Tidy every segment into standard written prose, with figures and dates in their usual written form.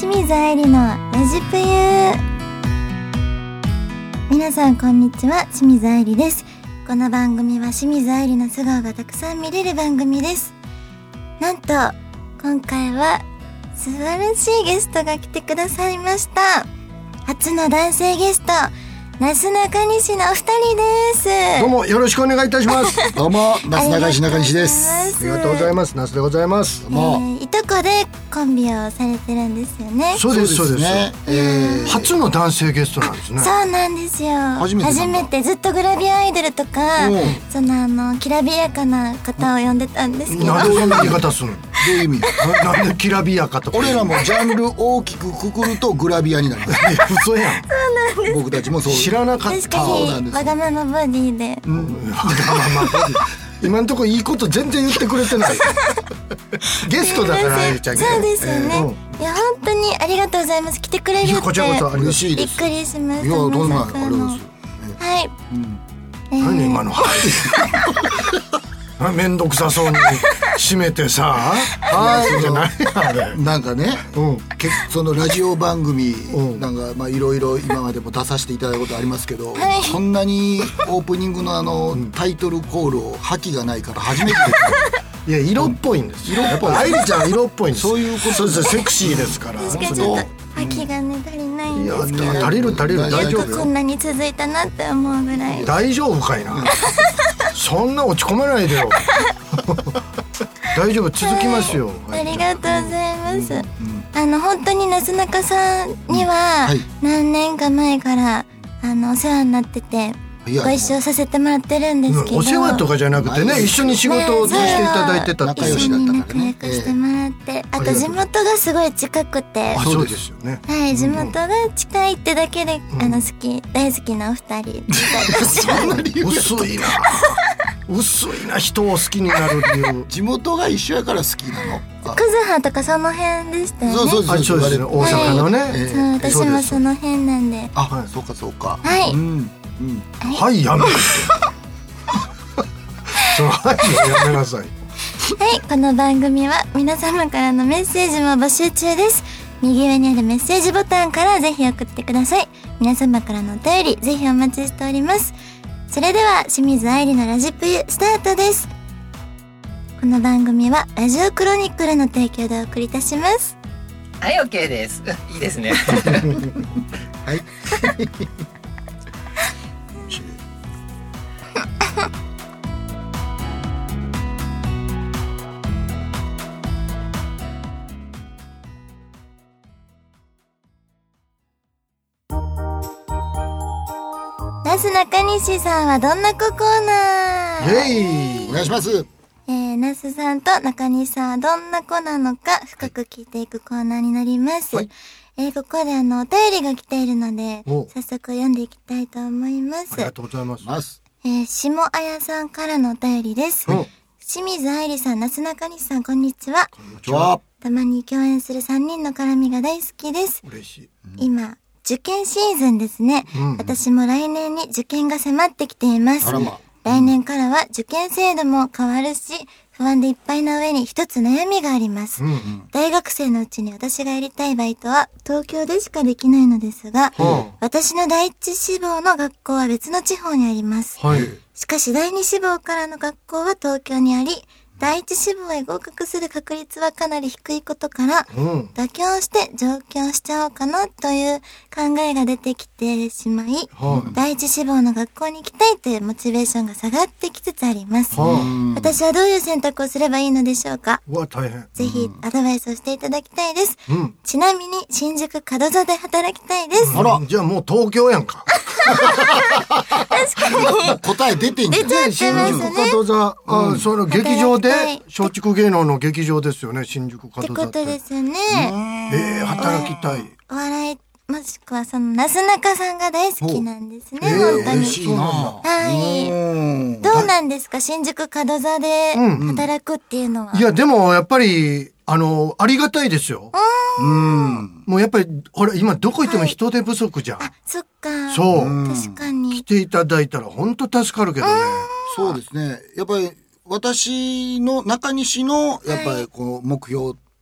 清水愛理のラジプユ。皆さんこんにちは、清水愛理です。この番組は清水愛理の素顔がたくさん見れる番組です。なんと今回は素晴らしいゲストが来てくださいました。初の男性ゲスト、なすなかにしのお二人です。 どうもよろしくお願いいたします。 どうもなすなかにし中西です。 ありがとうございます。なすでございます。 いとこでコンビをされてるんですよね。 そうですそうですね。 初の男性ゲストなんですね。 そうなんですよ。 初めてずっとグラビアアイドルとか、そのきらびやかな方を呼んでたんですけど。 なんでそんな言い方するの？ どういう意味？ なんできらびやかとか。 俺らもジャンル大きくくくるとグラビアになります。 嘘やん。 僕たちもそう知らなかった。 確かにわがままボディで。 わがままボディ。今のところいいこと全然言ってくれてない。ゲストだから言っちゃいけない。 そうですよね。いや本当にありがとうございます。来てくれるってこちらこそ嬉しいです。 びっくりしました。 いやどんなあれです。 はい。 何今のはいめんどくさそうに締めてさはいじゃないあれなんかね、そのラジオ番組なんかまあいろいろ今までも出させていただいたことありますけど、そんなにオープニングのタイトルコールを覇気がないから初めていや色っぽいんです。色っぽい。愛理ちゃん色っぽいんです。 そういうこと。 そうです。セクシーですから。 確かにちょっと覇気がね足りないんですけど。 いや足りる大丈夫よ。 こんなに続いたなって思うぐらい。 大丈夫かいな。そんな落ち込まないでよ。大丈夫続きますよ。 ありがとうございます。本当になすなかさんには何年か前からお世話になってて。ご一緒させてもらってるんですけど、 お世話とかじゃなくてね、一緒に仕事をさせていただいてたっていう。 一緒に仲良くしてもらって、あと地元がすごい近くて、 そうですよね。 はい、地元が近いってだけで大好きなお二人。 薄いな。薄いな、人を好きになる理由。 地元が一緒やから好きなの。 クズハとかその辺でしたよね。 そうですね。大阪のね。 そう、私もその辺なんで。 あ、そうかそうか。 はい。 はいやめて。そのはいやめなさい。 はい、この番組は皆様からのメッセージも募集中です。右上にあるメッセージボタンからぜひ送ってください。皆様からのお便りぜひお待ちしております。それでは清水愛理のラジプユスタートです。この番組はラジオクロニクルの提供でお送りいたします。 はい、 OK です。いいですね。 はい。 なすなかにしさんはどんな子コーナー。 お願いします。 なすさんと中西さんはどんな子なのか深く聞いていくコーナーになります。ここでお便りが来ているので早速読んでいきたいと思います。 ありがとうございます。 下綾さんからのお便りです。清水愛理さん、なすなかにしさん、こんにちは。 こんにちは。 たまに共演する3人の絡みが大好きです。 嬉しい。 今受験シーズンですね。私も来年に受験が迫ってきています。来年からは受験制度も変わるし、不安でいっぱいな上に一つ悩みがあります。大学生のうちに私がやりたいバイトは東京でしかできないのですが、私の第一志望の学校は別の地方にあります。しかし第二志望からの学校は東京にあり、第一志望へ合格する確率はかなり低いことから、妥協して上京しちゃおうかなという考えが出てきてしまい、第一志望の学校に行きたいというモチベーションが下がってきつつあります。私はどういう選択をすればいいのでしょうか。 大変。 ぜひアドバイスをしていただきたいです。ちなみに新宿門座で働きたいです。 あら、じゃあもう東京やんか。 確かに答え出てんじゃん。 出ちゃってますね。 新宿門座、その劇場で松竹芸能の劇場ですよね、新宿門座って。 ってことですよね。 働きたい。 お笑いもしくはそのなすなかさんが大好きなんですね。本当に。 嬉しいな。 はい。どうなんですか、新宿門座で働くっていうのは。 いやでもやっぱりありがたいですよ。もうやっぱりほら今どこ行っても人手不足じゃん。 そっか。 そう。 確かに。 来ていただいたら本当助かるけどね。 そうですね。やっぱり私の中西のやっぱりこう目標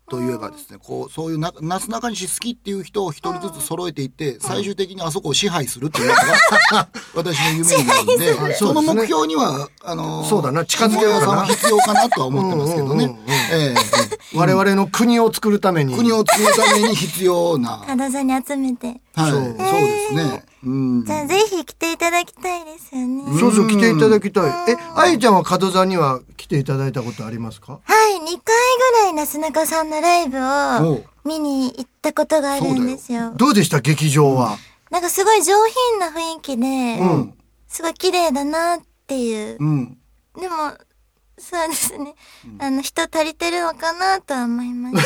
といえばですね、こうそういうなすなかにし好きっていう人を一人ずつ揃えていって、最終的にあそこを支配するっていうのが私の夢になるんで、その目標にはそうだな、近づけようかな、 必要かなとは思ってますけどね。 我々の国を作るために必要な門座に集めて。 はい、そうですね。 じゃあぜひ来ていただきたいですよね。 そうそう、来ていただきたい。愛ちゃんは門座には来ていただいたことありますか？ はい、2回ぐらいなすなかさんのライブを見に行ったことがあるんですよ。 どうでした劇場は？ なんかすごい上品な雰囲気で、すごい綺麗だなっていう。でも、そうですね。人足りてるのかなとは思います。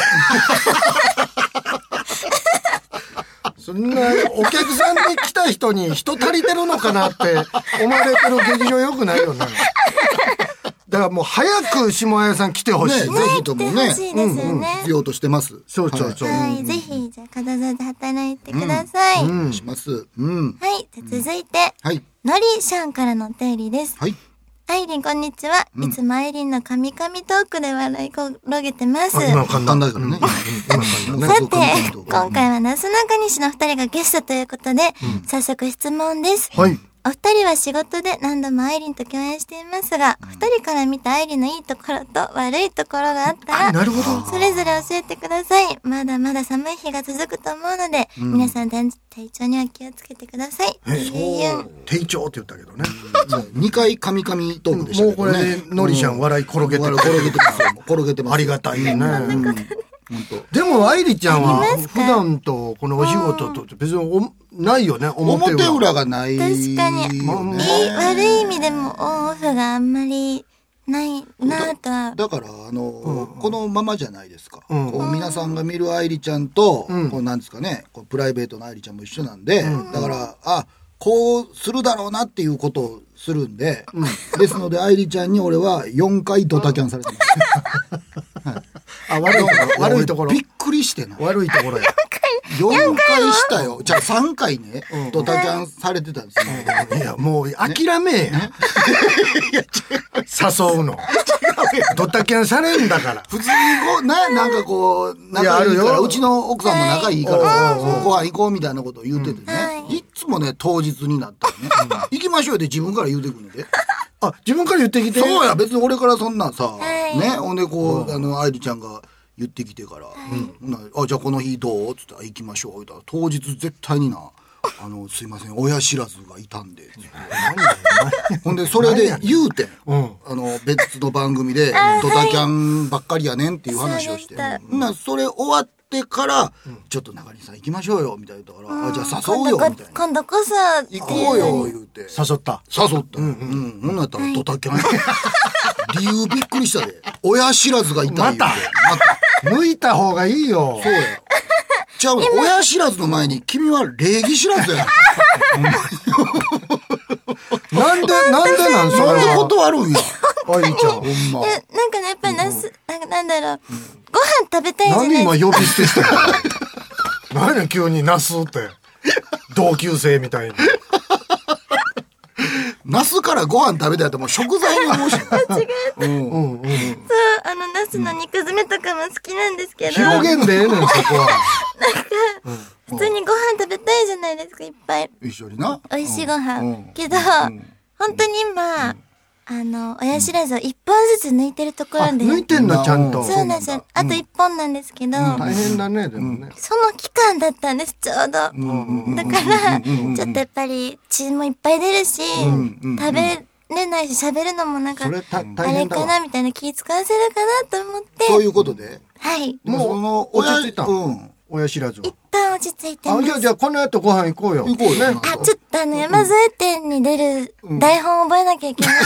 そんなお客さんで来た人に人足りてるのかなって思われてる劇場良くないよね。だからもう早く下谷さん来てほしい。 ぜひともね。 来てほしいですよね。 必要としてます。 そう。 はい、ぜひ、じゃあ、門座で働いてください。 します。 はい、じゃあ続いて、のりしゃんからのお便りです。 はい。 アイリン、こんにちは。いつもアイリンの神々トークで笑い転げてます。 今簡単だからね。 さて、今回はなすなかにしの二人がゲストということで、早速質問です。 はい。 お二人は仕事で何度もアイリンと共演していますが、二人から見たアイリンのいいところと悪いところがあったら、 なるほど。 それぞれ教えてください。まだまだ寒い日が続くと思うので、皆さん体調には気をつけてください。 体調って言ったけどね。 2回神々トークでしたけどね。 もうこれでのりちゃん笑い転げてる。 転げてます。 ありがたいね。でも愛理ちゃんは普段とこのお仕事と別にないよね。 表裏がない。 確かに。悪い意味でもオンオフがあんまりないなとは。 だからこのままじゃないですか。皆さんが見る愛理ちゃんとなんですかね、プライベートの愛理ちゃんも一緒なんで、だからこうするだろうなっていうことをするんで、ですので愛理ちゃんに俺は4回ドタキャンされてます。 悪いところ。 びっくりしてな。 悪いところや。 4回したよ。じゃあ3回ね、ドタキャンされてたんですよ。 いや、もう諦めや。誘うの。ドタキャンされんだから。 普通になんかこう、仲いいから、うちの奥さんも仲いいからさ、ご飯行こうみたいなことを言っててね。いつもね、当日になったらね、行きましょうよって自分から言うてくるんで。 自分から言ってきて。 そうや、別に俺からそんなさ、ね、ほんでこう、愛理ちゃんが言ってきてから、じゃあこの日どうつって行きましょう。言ったら当日絶対にな、すいません、親知らずがいたんで。ほんで、それで言うてん。別の番組で、ドタキャンばっかりやねんっていう話をして。それ終わってから、ちょっと中西さん行きましょうよ、みたいな言ったから、じゃあ誘うよ、みたいな。 今度こそ、 行こうよ、言うて。 誘った。 ほんなったらドタキャン。理由びっくりしたで。親知らずがいたんや。 抜いた方がいいよ。 そうや。じゃあ、親知らずの前に、君は礼儀知らずや。 なんでなんそれは。 なんで断るんや。 愛理ちゃん。ほんま。なんかね、やっぱりなんだろう。ご飯食べたいじゃないですか。 何今呼び捨てしたの？何や急にナスって。同級生みたいに。 ナスからご飯食べたいってもう食材に思うし。 間違えた。そう、ナスの肉詰めとかも好きなんですけど。 表現でええねん、そこは。 なんか、普通にご飯食べたいじゃないですか、いっぱい。 一緒にな。 美味しいご飯。けど、本当に今、親知らずを1本ずつ抜いてるところで。 抜いてんのちゃんと。 そうなんですよ。あと1本なんですけど。 大変だね、でもね。 その期間だったんです、ちょうど。だから、ちょっとやっぱり血もいっぱい出るし、食べれないし喋るのもなんか、あれかなみたいな気使わせるかなと思って。 そういうことで。 はい。 もう、落ち着いた。親知らずは。 一旦落ち着いてます。 じゃあこの後ご飯行こうよ。 行こうよ。 ちょっと山添店に出る台本を覚えなきゃいけない。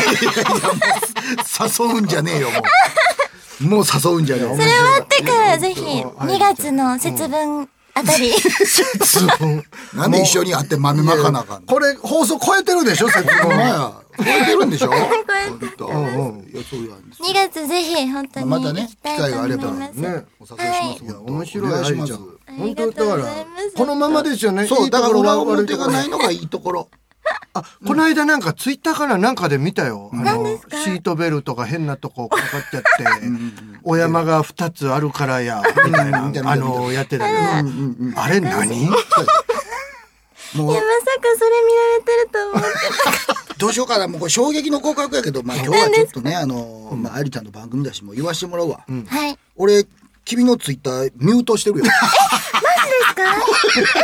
誘うんじゃねえよ、もう。もう誘うんじゃねえよ。 それ終わってからぜひ、2月の節分あたり。 節分。なんで一緒に会って豆まかなあかんの？ これ放送超えてるでしょ、節分。 超えてるんでしょ？超えてる。2月ぜひ、本当に。 またね、機会があればね、お誘いしますけど。 面白い。 お願いします。 本当だから、このままですよね。 そう、だから裏表がないのがいいところ。 この間なんかツイッターかなんかで見たよ。 何ですか？ シートベルトが変なとこかかっちゃって、お山が2つあるからや、みたいな、やってたけど、あれ何？ もういや、まさかそれ見られてると思ってどうしようかな、もうこれ衝撃の告白やけど、まあ今日はちょっとね、まあ愛理ちゃんの番組だし、もう言わしてもらうわ。 はい。 俺、君のツイッターミュートしてるよ。 マジですか？ショック！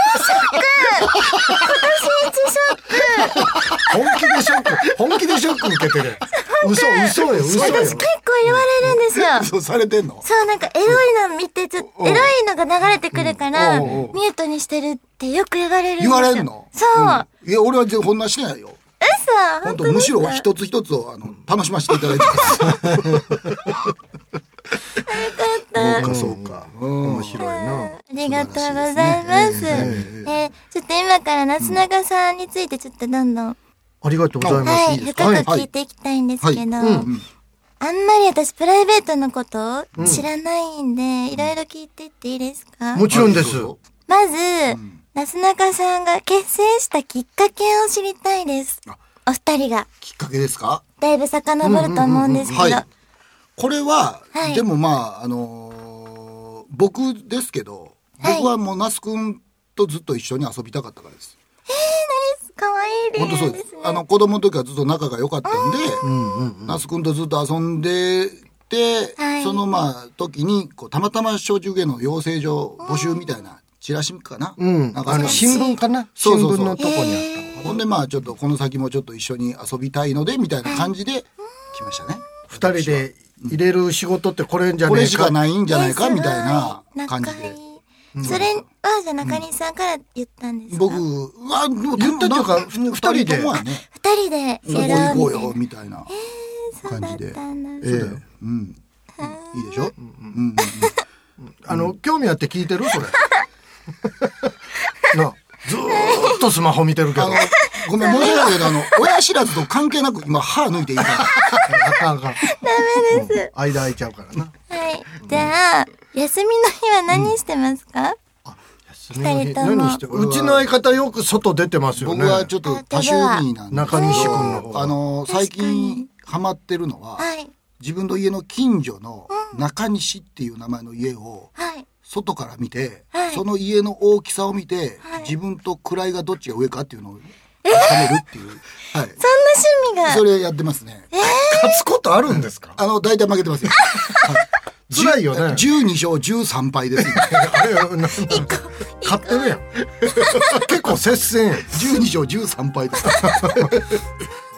今年一ショック！ 本気でショック受けてる。嘘よ。 私結構言われるんですよ。 そうされてんの？ そう、なんかエロいの見て、エロいのが流れてくるから、ミュートにしてるってよく言われるんですよ。 言われるの？ そう。 いや、俺はこんなしてないよ。 嘘？ 本当むしろ一つ一つを楽しませていただいてます。そうか。 面白いな。 ありがとうございます。ちょっと今からなすなかさんについてちょっとどんどん、 ありがとうございます。 はい、深く聞いていきたいんですけど、あんまり私プライベートのこと知らないんで、いろいろ聞いていっていいですか？ もちろんです。 まず、なすなかさんが結成したきっかけを知りたいです。お二人が。 きっかけですか？ だいぶ遡ると思うんですけど。 これは、 はいでもまあ、僕ですけど、僕はもう那須くんとずっと一緒に遊びたかったからです。 かわいいですね。 本当そうです。子供の時はずっと仲が良かったんで、那須くんとずっと遊んでて、そのまあ時にたまたま小中芸能養成所募集みたいなチラシかな。なんか新聞かな。新聞のとこにあった。 ほんでまあちょっとこの先もちょっと一緒に遊びたいのでみたいな感じで来ましたね。 二人で入れる仕事ってこれじゃねえか。 これしかないんじゃないかみたいな感じで。 それはじゃあ中西さんから言ったんですか？ 僕は言ったっていうか二人で二人で行こうよみたいな感じで。いいでしょ？ 興味あって聞いてるそれ。なずーっとスマホ見てるけど。 ごめん、申し訳ないけど、親知らずと関係なく今歯抜いていいから。 あかん。ダメです。 間空いちゃうからな。 はい。じゃあ、休みの日は何してますか？二人とも。 うちの相方よく外出てますよね。 僕はちょっと多趣味なんで。 中西君の方。 最近ハマってるのは、自分の家の近所の中西っていう名前の家を、外から見て、その家の大きさを見て、自分と位がどっちが上かっていうのを確かめるっていう。 そんな趣味が。 それやってますね。 勝つことあるんですか？ 大体負けてますよ。 辛いよね。 12勝13敗です。 勝ってるやん。結構接戦やん。 12勝13敗です。